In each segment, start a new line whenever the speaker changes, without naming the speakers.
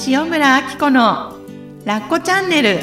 塩村あき子のラッコチャンネル。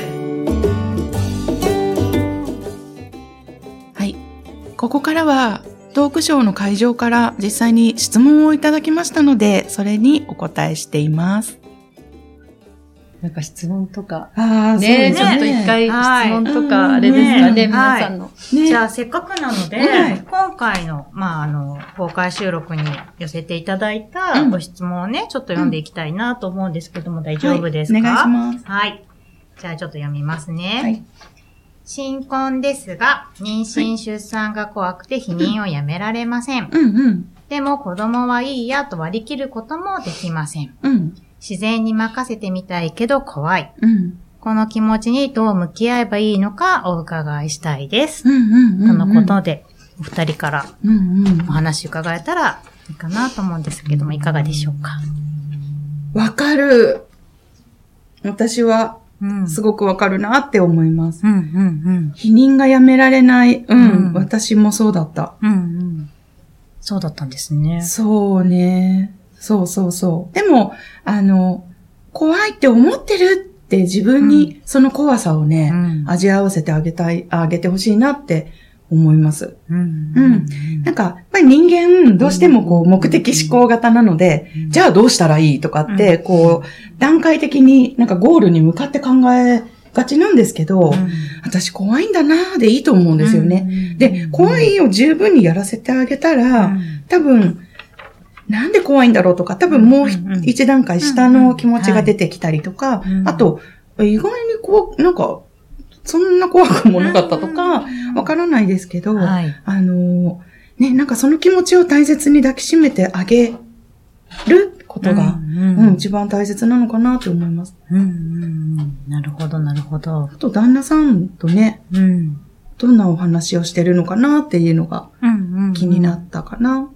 はい、ここからはトークショーの会場から実際に質問をいただきましたので、それにお答えしています。
なんか質問とか。
ね、
ちょっと一回質問とか、あれですかね、皆さんの。
じゃあ、せっかくなので、今回の、公開収録に寄せていただいたご質問をね、ちょっと読んでいきたいなと思うんですけども、大丈夫ですか？
お願いします。
はい。じゃあ、ちょっと読みますね。はい。新婚ですが、妊娠出産が怖くて避妊をやめられません。でも、子供はいいやと割り切ることもできません。自然に任せてみたいけど怖い。この気持ちにどう向き合えばいいのかお伺いしたいです。とのことで、お二人からお話伺えたらいいかなと思うんですけども、いかがでしょうか？
わかる。私は、すごくわかるなって思います。避妊がやめられない。私もそうだった。
そうだったんですね。
そうね。そう。でも、怖いって思ってるって自分にその怖さをね、味合わせてあげてほしいなって思います。なんか、やっぱり人間どうしてもこう目的思考型なので、じゃあどうしたらいいとかって、こう、段階的になんかゴールに向かって考えがちなんですけど、私怖いんだなーでいいと思うんですよね。で、怖いを十分にやらせてあげたら、多分、なんで怖いんだろうとか、多分もう一段階下の気持ちが出てきたりとか、あと、意外になんか、そんな怖くもなかったとか、わからないですけど、ね、なんかその気持ちを大切に抱きしめてあげることが、一番大切なのかなと思います。
なるほど、なるほど。
あと、旦那さんとね、どんなお話をしてるのかなっていうのが気になったかな。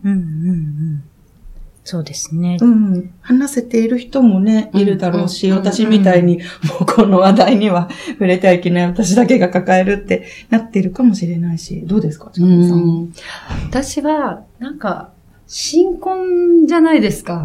そうですね。
話せている人もね、いるだろうし、私みたいに、もうこの話題には触れてはいけない私だけが抱えるってなっているかもしれないし、どうですか、ちかみさん。
私は、なんか、新婚じゃないですか。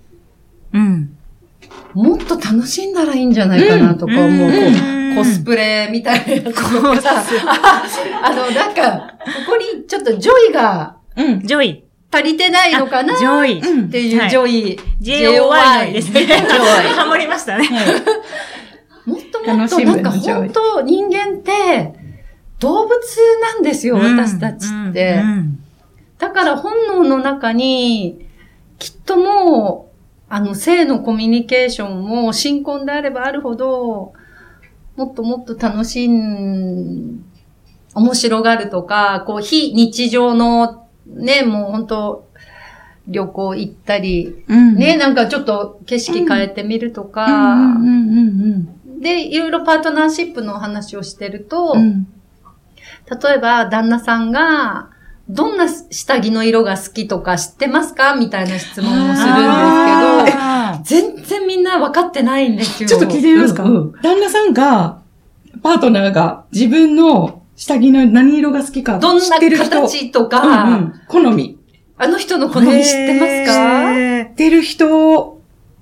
もっと楽しんだらいいんじゃないかなとか思う。コスプレみたいなやつとかなんか、ここにちょっとジョイが、
ジョイ。
足りてないのかな
ジョイ
っていうジョイ。
JOY ですね。ハモりましたね。
もっともっとなんか本当人間って動物なんですよ、私たちって。だから本能の中にきっともう性のコミュニケーションも新婚であればあるほどもっともっと楽し面白がるとか、こう非日常のね、もう本当旅行行ったり、ね、なんかちょっと景色変えてみるとか、で、いろいろパートナーシップのお話をしてると、例えば旦那さんが、どんな下着の色が好きとか知ってますかみたいな質問をするんですけど、全然みんな分かってないんですよ。
ちょっと聞いてみますか？旦那さんが、パートナーが自分の下着の何色が好きか
どんな形とか、
好み。
あの人の好み知ってますか？
知ってる人。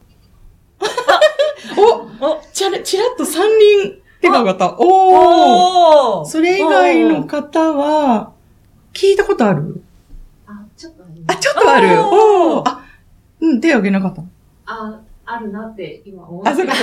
ちらっと3人手が挙がった。それ以外の方は、聞いたことある？
ちょっとある。
ちょっとある。手挙げなかった。
あるなって今思って
そうか。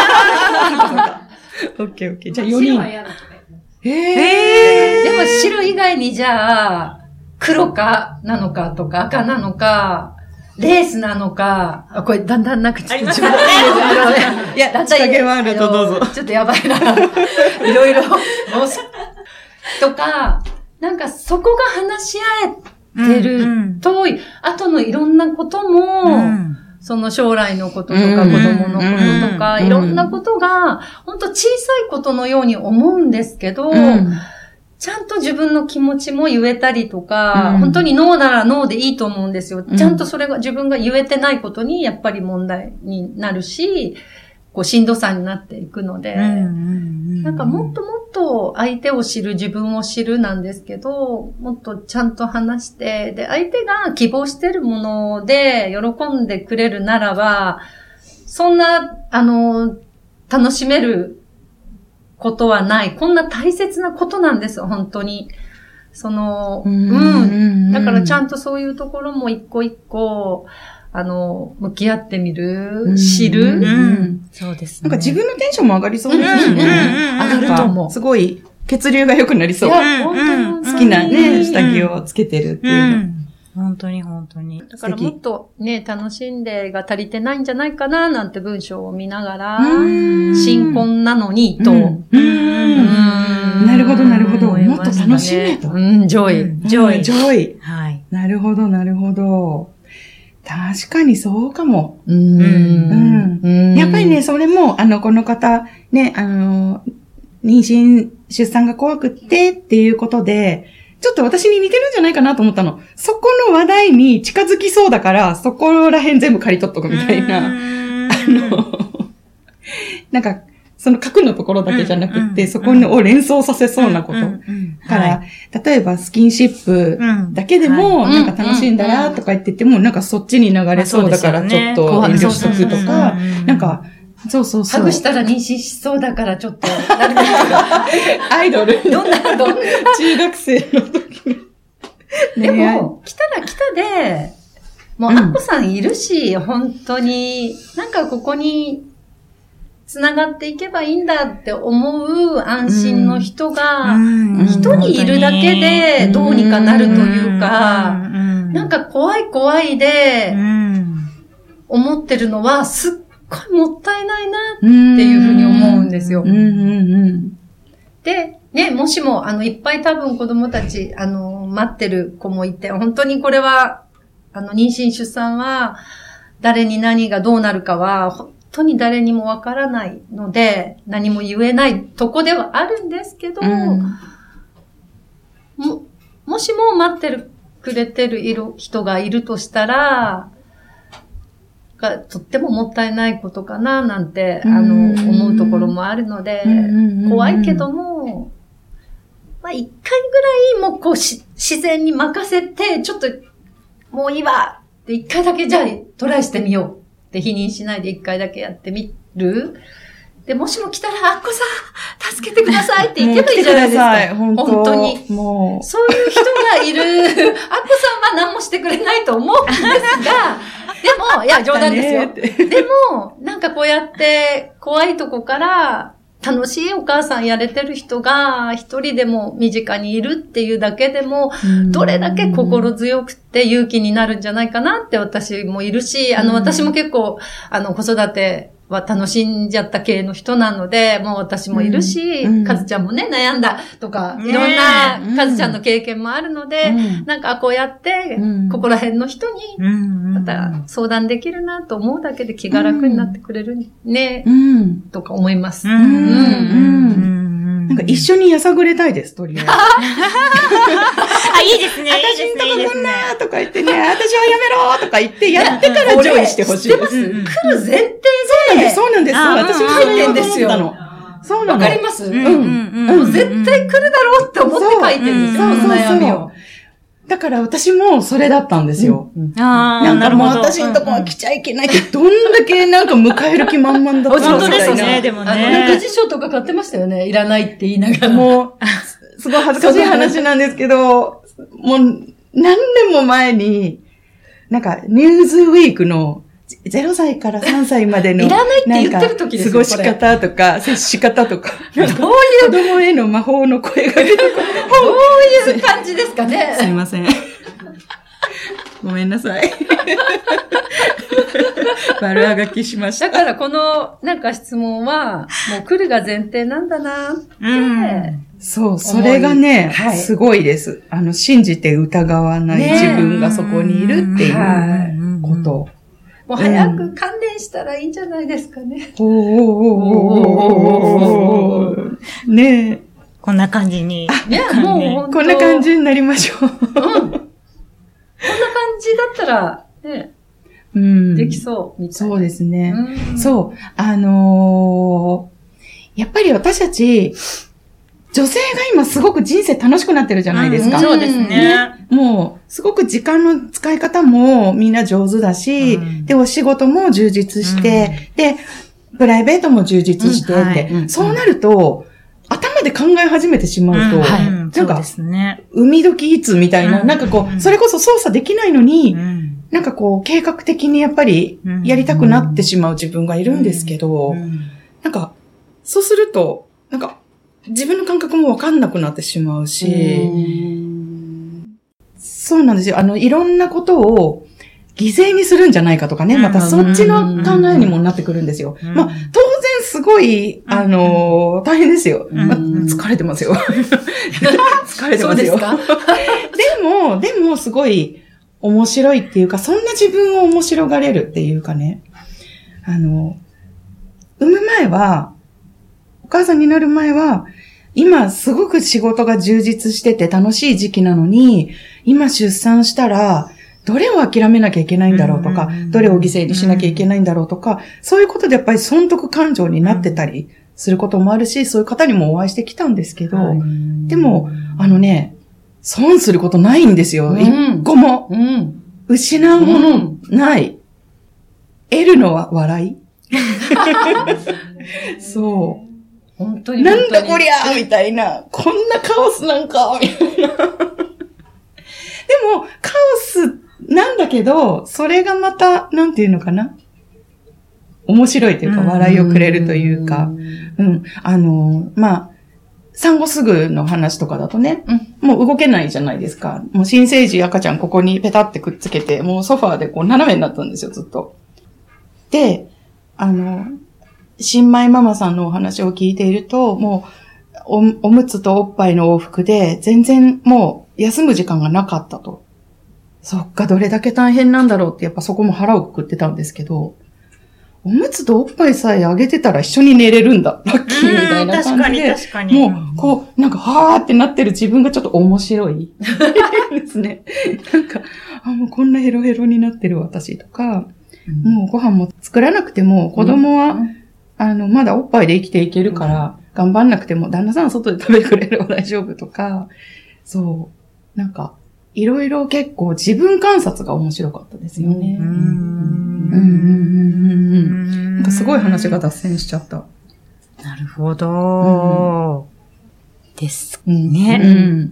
オッケー。じゃあ4人。
白は嫌だとか。
でも白以外にじゃあ、黒かなのかとか赤なのか、レースなのか、これだんだんなんかちょっと自分で
いや、だんだん仕掛けはあるとどうぞ。
ちょっとやばいな。いろいろ、とか、なんかそこが話し合えてると、後のいろんなことも、その将来のこととか子供のこととか、いろんなことが、本当小さいことのように思うんですけど、ちゃんと自分の気持ちも言えたりとか、本当にノーならノーでいいと思うんですよ。ちゃんとそれが自分が言えてないことにやっぱり問題になるし、こうしんどさになっていくので、なんかもっともっと相手を知る、自分を知るなんですけど、もっとちゃんと話して、で、相手が希望してるもので喜んでくれるならば、 そんな、楽しめることはない。こんな大切なことなんです、本当に。だからちゃんとそういうところも一個一個、向き合ってみる、知る。
そうですね。
なんか自分のテンションも上がりそうですしね。
上がると思う。
すごい、血流が良くなりそう。
いや、本当に
好きなね、下着をつけてるっていうの。
本当に本当に。
だからもっとね、楽しんでが足りてないんじゃないかな、なんて文章を見ながら、新婚なのに、と。
なるほど、なるほど。もっと楽しめと。
ジョイ。
はい。
なるほど、なるほど。確かにそうかも。やっぱりね、それも、この方、ね、妊娠、出産が怖くっていうことで、ちょっと私に似てるんじゃないかなと思ったの。そこの話題に近づきそうだから、そこら辺全部刈り取っとくみたいな。なんか、その核のところだけじゃなくって、そこを連想させそうなこと。から、例えばスキンシップだけでも、なんか楽しんだらとか言ってても、なんかそっちに流れそうだからちょっと遠慮しとくとか、なんか、そう。
ハグしたら妊娠しそうだからちょっと、
アイドル。
どんな
中学生の時
に。でも、来たら来たで、もうアッコさんいるし、本当に、なんかここに、繋がっていけばいいんだって思う安心の人が、一人いるだけでどうにかなるというか、なんか怖いで、思ってるのはすっごいもったいないなっていうふうに思うんですよ。で、ね、もしも、いっぱい多分子供たち、待ってる子もいて、本当にこれは、妊娠出産は、誰に何がどうなるかは、本当に誰にもわからないので、何も言えないとこではあるんですけど、もしも待ってくれてる人がいるとしたら、とってももったいないことかな、なんて、思うところもあるので、怖いけども、まあ、一回ぐらいもうこう自然に任せて、ちょっと、もういいわって一回だけじゃあトライしてみようって否認しないで一回だけやってみる。で、もしも来たら、アッコさん、助けてくださいって言ってもいいじゃないですか。本当に。もう。そういう人がいる、アッコさんは何もしてくれないと思うんですが、でも、いや、冗談ですよ。でも、なんかこうやって怖いとこから楽しいお母さんやれてる人が一人でも身近にいるっていうだけでも、どれだけ心強くて勇気になるんじゃないかなって私もいるし、私も結構、子育ては楽しんじゃった系の人なので、もう私もいるし、かずちゃんもね、悩んだとか、いろんなかずちゃんの経験もあるので、なんかこうやって、ここら辺の人に、また相談できるなと思うだけで気が楽になってくれるね、とか思います。
なんか一緒にやさぐれたいです、とりあえず。
あ、いいですね。
私んとここんなとか言ってね、私はやめろとか言ってやってから上位してほしいです。
来る前提で。
そうなんです。私も
書いてんですよ。
そうなの。
わかります？もう絶対来るだろうって思って書いてるんですよ、その悩みを。
だから私もそれだったんですよ。なんかもう私のとこは来ちゃいけないって、どんだけなんか迎える気満々だった
のみたいな。本当ですね、でもね。
なんか辞書とか買ってましたよね。いらないって言いながら。
もう、すごい恥ずかしい話なんですけど、もう何年も前に、なんかニューズウィークの0歳から3歳までの、
いらないって言ってる時ですよ。
過ごし方とか、接し方とか、
どういう
子供への魔法の声が出てくる。
どういう感じですかね。
すいません。ごめんなさい。悪あがきしました。
だからこのなんか質問は、もう来るが前提なんだなって。
そう、それがね、すごいです。信じて疑わない自分がそこにいるっていうこと。
もう早く関連したらいいんじゃないですかね。
ねえ。
こんな感じに。
いや、もう
こんな感じになりましょう。
こんな感じだったら、ね、できそうみたいな。
そうですね。そう。やっぱり私たち、 女性が今すごく人生楽しくなってるじゃないですか。
そうですね。
もう、すごく時間の使い方もみんな上手だし、で、お仕事も充実して、で、プライベートも充実してって、そうなると、頭で考え始めてしまうと、なんか、海時いつみたいな、なんかこう、それこそ操作できないのに、なんかこう、計画的にやっぱりやりたくなってしまう自分がいるんですけど、なんか、そうすると、なんか、自分の感覚もわかんなくなってしまうし、そうなんですよ。いろんなことを犠牲にするんじゃないかとかね、またそっちの考えにもなってくるんですよ。まあ、当然すごい、大変ですよ。まあ、疲れてますよ。疲れてますよ。そうですか？でもすごい面白いっていうか、そんな自分を面白がれるっていうかね、産む前は、お母さんになる前は、今すごく仕事が充実してて楽しい時期なのに、今出産したら、どれを諦めなきゃいけないんだろうとか、どれを犠牲にしなきゃいけないんだろうとか、そういうことでやっぱり損得感情になってたりすることもあるし、そういう方にもお会いしてきたんですけど、でも、損することないんですよ。一個も。失うものない。得るのは笑い。そう。
本当に
なんだこりゃーみたいな。こんなカオスなんかみたいな。でも、カオスなんだけど、それがまた、なんていうのかな。面白いというか、笑いをくれるというか。まあ、産後すぐの話とかだとね、もう動けないじゃないですか。もう新生児赤ちゃんここにペタってくっつけて、もうソファーでこう斜めになったんですよ、ずっと。で、新米ママさんのお話を聞いていると、もうおむつとおっぱいの往復で全然もう休む時間がなかったと。そっか、どれだけ大変なんだろうってやっぱそこも腹をくくってたんですけど、おむつとおっぱいさえあげてたら一緒に寝れるんだ。ラッキーみたいな感じで。
確かに。
もう、こう、なんか、はーってなってる自分がちょっと面白いですね。なんか、もうこんなヘロヘロになってる私とか、もうご飯も作らなくても、子供は、まだおっぱいで生きていけるから、頑張んなくても、旦那さんは外で食べてくれれば大丈夫とか、そう、なんか、いろいろ結構自分観察が面白かったですよね。なんかすごい話が脱線しちゃった。
なるほど。ですね。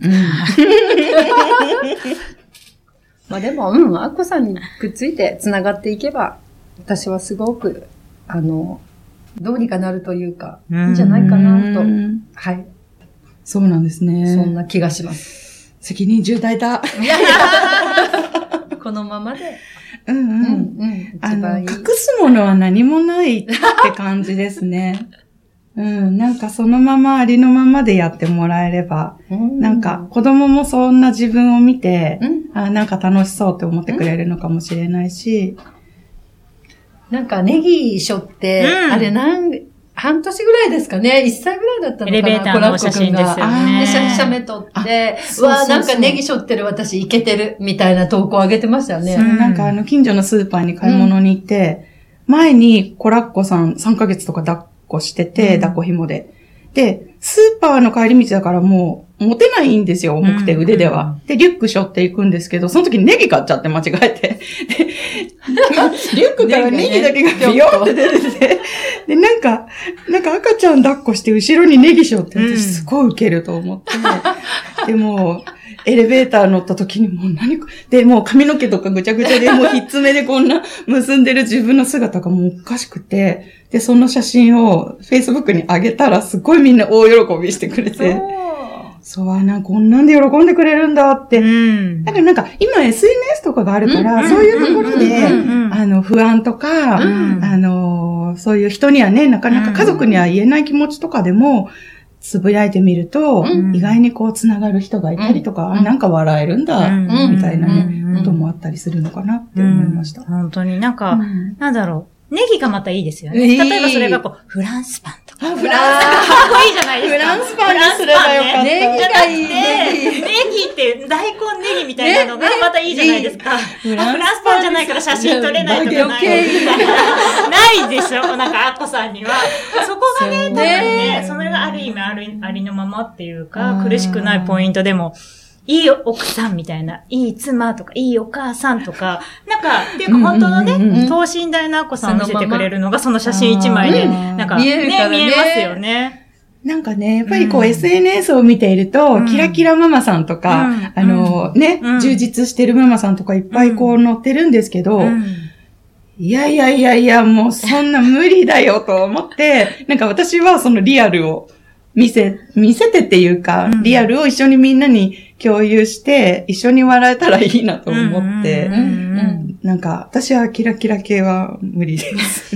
まあでも、アッコさんにくっついて繋がっていけば、私はすごく、どうにかなるというか、いいんじゃないかなと。はい。
そうなんですね。
そんな気がします。
責任重大だ。
このままで。
隠すものは何もないって感じですね。なんかそのままありのままでやってもらえれば、なんか子供もそんな自分を見て、なんか楽しそうって思ってくれるのかもしれないし。
なんかネギしょって、あれ半年ぐらいですかね。1歳ぐらいだったのかな。
エレベーターの写真ですよね。
写メ撮って、なんかネギしょってる私イケてるみたいな投稿上げてましたよね。
なんか近所のスーパーに買い物に行って、前にコラッコさん3ヶ月とか抱っこしてて、抱っこ紐で。で、スーパーの帰り道だからもう持てないんですよ、重くて腕では。で、リュック背負っていくんですけど、その時にネギ買っちゃって間違えて。で、リュックからネギだけがビヨーって出てて、で、なんか赤ちゃん抱っこして後ろにネギ背負って私すごいウケると思って。で、もう、エレベーター乗った時にもうで、もう髪の毛とかぐちゃぐちゃで、もうひっつめでこんな結んでる自分の姿がもうおかしくて、で、その写真を Facebook に上げたらすごいみんな大喜びしてくれて。そう、なんかこんなんで喜んでくれるんだって。だからなんか今 SNS とかがあるから、そういうところで、不安とか、そういう人にはね、なかなか家族には言えない気持ちとかでも、つぶやいてみると、意外にこうつながる人がいたりとか、なんか笑えるんだ、みたいなね、こともあったりするのかなって思いました。
本当になんか、なんだろう。ネギがまたいいですよね。例えばそれがこう、フランスパンとか。
フランスパンかっこいいじゃないですか。フランスパンにすればよかった。
ネギがいい。
ネギ
って大根ネギみたいなのがまたいいじゃないですか。フランスパンじゃないから写真撮れないとかない。ないでしょなんかアッコさんには。そこがね、多分ね、それがある意味ありのままっていうか、苦しくないポイントでも、いい奥さんみたいな、いい妻とか、いいお母さんとか、なんか、っていうか本当のね、等身大のアッコさんを見せてくれるのがその写真一枚で、なんか、ね、見えますよね。
なんかね、やっぱりこう SNS を見ていると、キラキラママさんとか、充実してるママさんとかいっぱいこう載ってるんですけど、いや、もうそんな無理だよと思って、なんか私はそのリアルを見せてっていうか、リアルを一緒にみんなに共有して、一緒に笑えたらいいなと思って、なんか私はキラキラ系は無理です。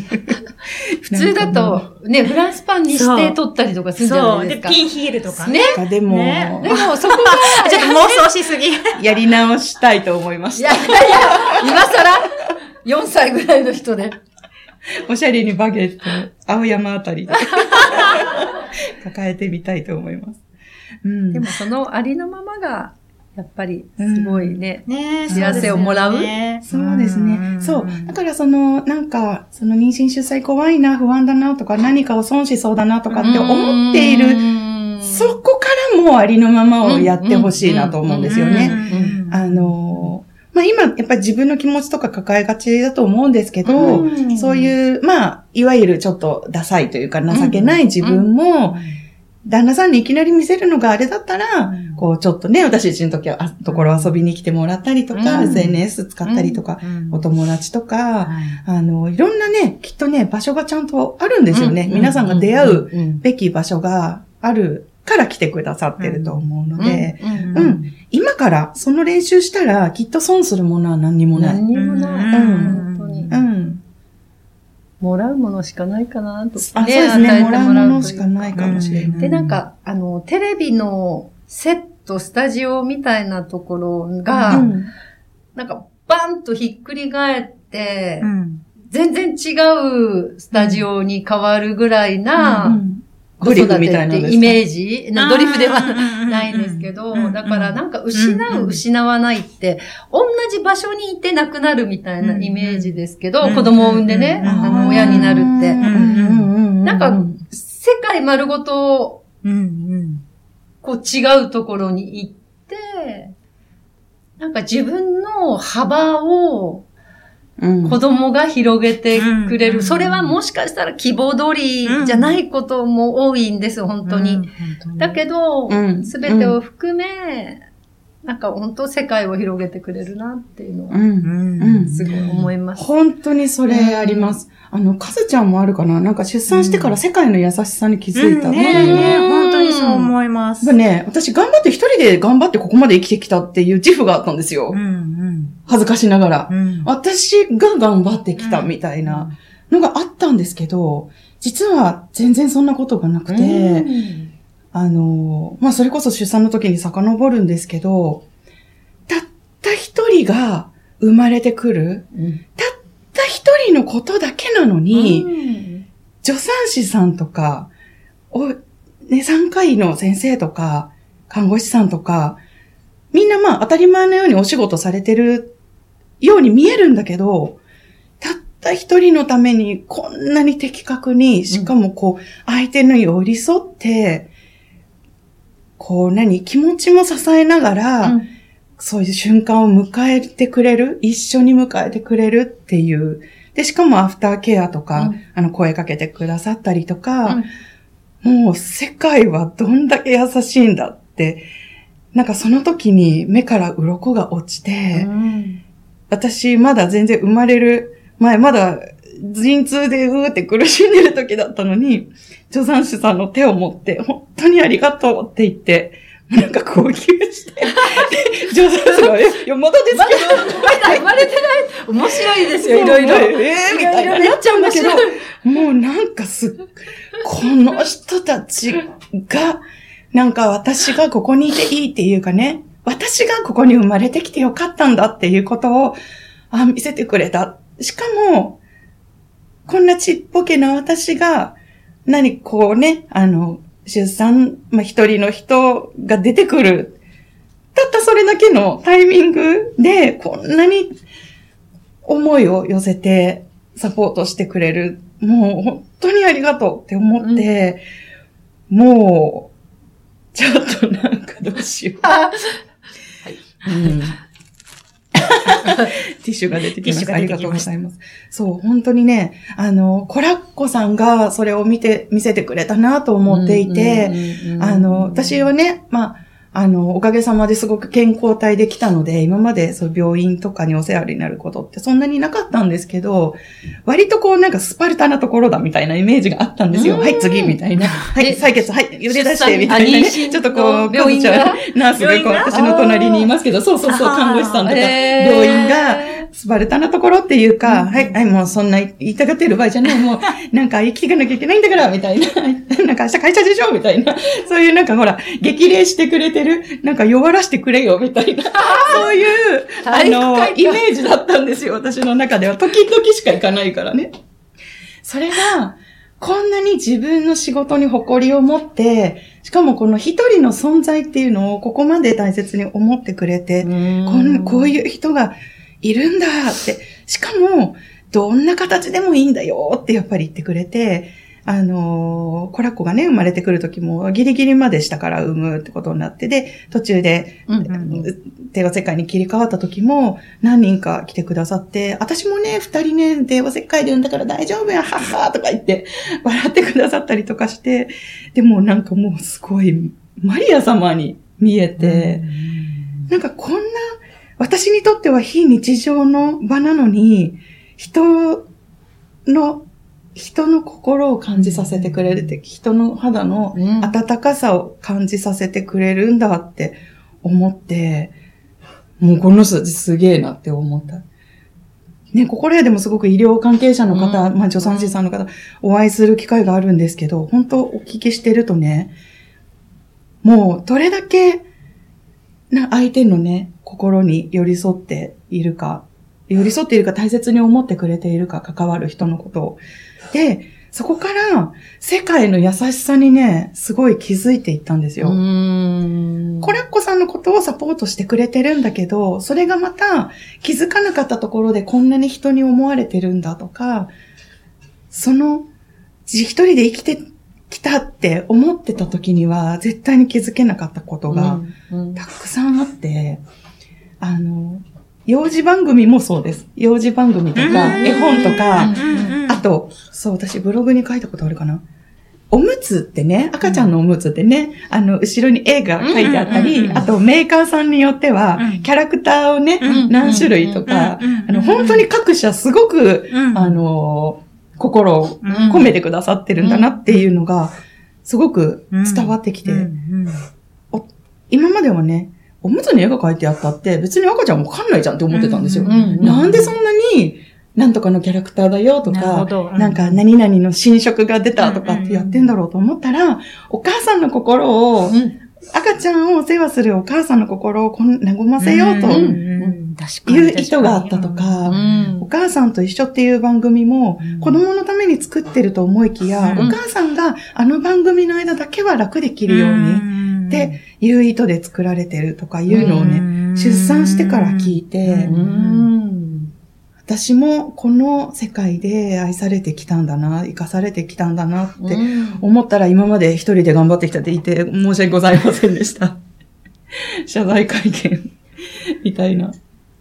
普通だと、ね、フランスパンにして撮ったりとかするじゃないですか。
そう。で、ピンヒールとか
ね。
でも
そこが、
ちょっと妄想しすぎ。
やり直したいと思いました。
いや、今更4歳ぐらいの人で。
おしゃれにバゲット、青山あたりで抱えてみたいと思います。
でもそのありのままが、やっぱり、すごいね、幸せをもらう。
そうですね。そう。だからなんか、妊娠出産怖いな、不安だなとか、何かを損しそうだなとかって思っている、そこからもありのままをやってほしいなと思うんですよね。今、やっぱり自分の気持ちとか抱えがちだと思うんですけど、そういう、いわゆるちょっとダサいというか情けない自分も、旦那さんにいきなり見せるのがあれだったら、こうちょっとね、私たちの時は、ところ遊びに来てもらったりとか、SNS 使ったりとか、お友達とか、いろんなね、きっとね、場所がちゃんとあるんですよね。皆さんが出会うべき場所があるから来てくださってると思うので、今からその練習したら、きっと損するものは何にもない。
何にもない。本当に。もらうものしかないかなと。
そうですね。もらうものしかないかもしれない。
で、なんか、テレビのセット、スタジオみたいなところが、なんか、バンとひっくり返って、全然違うスタジオに変わるぐらいな、子育てってイメージドリフではないんですけど、だからなんか失わないって、同じ場所にいてなくなるみたいなイメージですけど、子供を産んでね、親になるって。なんか、世界丸ごと、こう違うところに行って、なんか自分の幅を、子供が広げてくれる。それはもしかしたら希望通りじゃないことも多いんです、本当に。だけど、すべてを含め、なんか本当世界を広げてくれるなっていうのは、すごい思います。
本当にそれあります。かずちゃんもあるかななんか出産してから世界の優しさに気づいた。
本当にそう思います。
私頑張って一人で頑張ってここまで生きてきたっていう自負があったんですよ。恥ずかしながら。私が頑張ってきたみたいなのがあったんですけど、実は全然そんなことがなくて、それこそ出産の時に遡るんですけど、たった一人が生まれてくる、たった一人のことだけなのに、助産師さんとか、産科医の先生とか、看護師さんとか、みんな当たり前のようにお仕事されてるように見えるんだけど、たった一人のためにこんなに的確に、しかも相手に寄り添って、気持ちも支えながら、そういう瞬間を迎えてくれる、一緒に迎えてくれるっていう。で、しかもアフターケアとか、声かけてくださったりとか、もう世界はどんだけ優しいんだって、なんかその時に目から鱗が落ちて、私まだ全然生まれる前、まだ陣痛でって苦しんでる時だったのに、助産師さんの手を持って、本当にありがとうって言って、なんか号泣して、助産師が、いや、まだですけど、
生まれてない。面白いですよ、いろいろ。
みたいななっちゃうんだけど、もうなんかこの人たちが、なんか私がここにいていいっていうかね、私がここに生まれてきてよかったんだっていうことを、見せてくれた。しかも、こんなちっぽけな私が、出産、一人の人が出てくるたったそれだけのタイミングで、こんなに思いを寄せてサポートしてくれる。もう本当にありがとうって思って、もう、ちょっとなんかどうしよう。ティッシュが出てきました。ありがとうございます。そう、本当にね、コラッコさんがそれを見せてくれたなと思っていて、私はね、おかげさまですごく健康体できたので、今までそう病院とかにお世話になることってそんなになかったんですけど、割とこうなんかスパルタなところだみたいなイメージがあったんですよ。はい、次みたいな。はい、採血、はい、茹で出してみたいなね。ちょっとこう、病院がナースがこう私の隣にいますけど、そう、看護師さんとか、病院がスパルタなところっていうか、はい、もうそんな言いたがってる場合じゃない、もう、なんか生きていかなきゃいけないんだから、みたいな。なんか明日会社でしょみたいな。そういうなんかほら、激励してくれてる、なんか弱らしてくれよ、みたいな。そういう、イメージだったんですよ、私の中では。時々しか行かないからね。それが、こんなに自分の仕事に誇りを持って、しかもこの一人の存在っていうのをここまで大切に思ってくれて、こういう人がいるんだって、しかも、どんな形でもいいんだよってやっぱり言ってくれて、コラッコがね、生まれてくる時もギリギリまでしたから産むってことになって、で、途中で、帝王切開に切り替わった時も何人か来てくださって、私もね、2人ね、帝王切開で産んだから大丈夫や、はっはとか言って笑ってくださったりとかして、でもなんかもうすごいマリア様に見えて、なんかこんな、私にとっては非日常の場なのに、人の心を感じさせてくれるって、人の肌の温かさを感じさせてくれるんだって思って、もうこの人すげえなって思った。ね、ここらでもすごく医療関係者の方、助産師さんの方、お会いする機会があるんですけど、本当お聞きしてるとね、もうどれだけ相手のね、心に寄り添っているか大切に思ってくれているか、関わる人のことを。で、そこから世界の優しさにね、すごい気づいていったんですよ。コラッコさんのことをサポートしてくれてるんだけど、それがまた気づかなかったところでこんなに人に思われてるんだとか、一人で生きてきたって思ってた時には絶対に気づけなかったことがたくさんあって、幼児番組もそうです。幼児番組とか、絵本とか、あと、そう、私ブログに書いたことあるかな。おむつってね、赤ちゃんのおむつってね、後ろに絵が書いてあったり、あとメーカーさんによっては、キャラクターをね、何種類とか、本当に各社すごく、心を込めてくださってるんだなっていうのが、すごく伝わってきて、今まではね、おむつに絵が描いてあったって別に赤ちゃんわかんないじゃんって思ってたんですよ。なんでそんなになんとかのキャラクターだよとか、なんか何々の新色が出たとかってやってんだろうと思ったら、お母さんの心を、赤ちゃんをお世話するお母さんの心を和ませようという意図があったとか、お母さんと一緒っていう番組も子供のために作ってると思いきや、お母さんがあの番組の間だけは楽できるようにっていう意図で作られてるとかいうのをね、出産してから聞いて、私もこの世界で愛されてきたんだな、生かされてきたんだなって思ったら、今まで一人で頑張ってきたって言って申し訳ございませんでした。謝罪会見みたいな。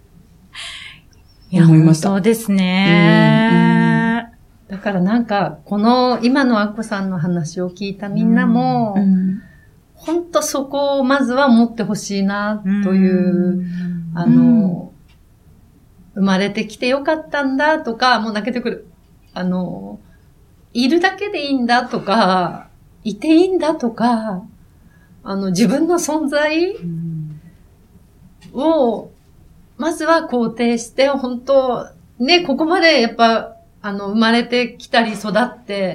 思いました。
そうですね。だからなんか、この今のアッコさんの話を聞いたみんなも、本当そこをまずは持ってほしいなという、生まれてきてよかったんだとか、もう泣けてくる。いるだけでいいんだとか、いていいんだとか、自分の存在を、まずは肯定して、本当ね、ここまでやっぱ、生まれてきたり育って、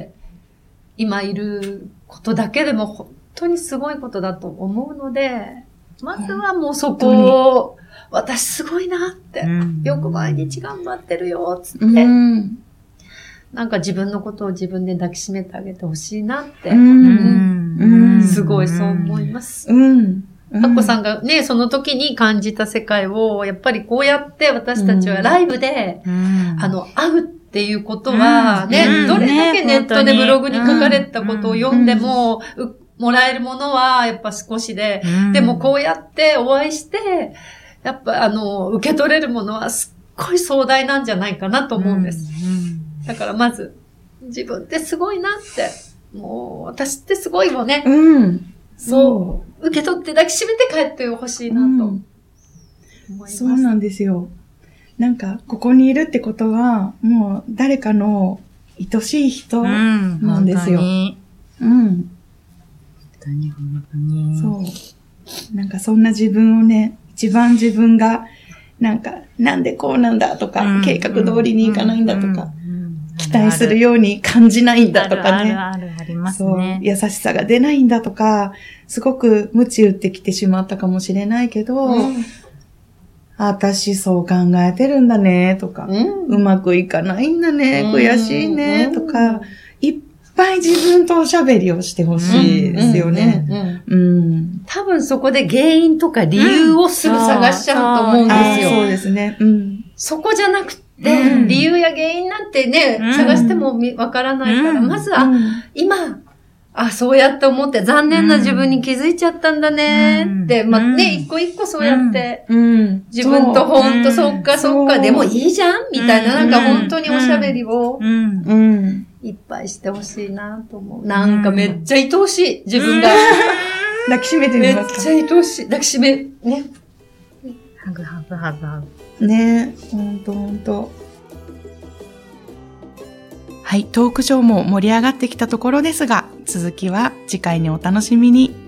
今いることだけでも本当にすごいことだと思うので、まずはもうそこを、私すごいなって、よく毎日頑張ってるよ、つって、なんか自分のことを自分で抱きしめてあげてほしいなって、すごいそう思います。 アッコさんがね、その時に感じた世界を、やっぱりこうやって私たちはライブで、会うっていうことは、ね、どれだけネットでブログに書かれたことを読んでも、もらえるものはやっぱ少しで、でもこうやってお会いして、やっぱ受け取れるものはすっごい壮大なんじゃないかなと思うんです。だからまず、自分ってすごいなって、もう私ってすごいよね。そう。受け取って抱きしめて帰ってほしいなと思います。
そうなんですよ。なんか、ここにいるってことは、もう誰かの愛しい人なんですよ。そう。なんかそんな自分をね、一番自分が、なんか、なんでこうなんだとか、計画通りにいかないんだとか、期待するように感じないんだとかね。
ありますね。
そう、優しさが出ないんだとか、すごく鞭打ってきてしまったかもしれないけど、私そう考えてるんだねとか、うまくいかないんだね、悔しいねとか、いっぱい自分とおしゃべりをしてほしいですよね。
多分そこで原因とか理由をすぐ探しちゃうと思うんですよ。
そうですね。
そこじゃなくて、理由や原因なんてね、探してもわからないから、まずは、今、そうやって思って残念な自分に気づいちゃったんだねって、一個一個そうやって、自分とほんとそっか、でもいいじゃんみたいな、なんか本当におしゃべりを、いっぱいしてほしいなと思う。なんかめっちゃ愛おしい、自分が。
抱きしめてみますか？
めっちゃ愛おしい。抱きしめ、ね。
ハグ。
ねえ、ほんと。はい、トークショーも盛り上がってきたところですが、続きは次回にお楽しみに。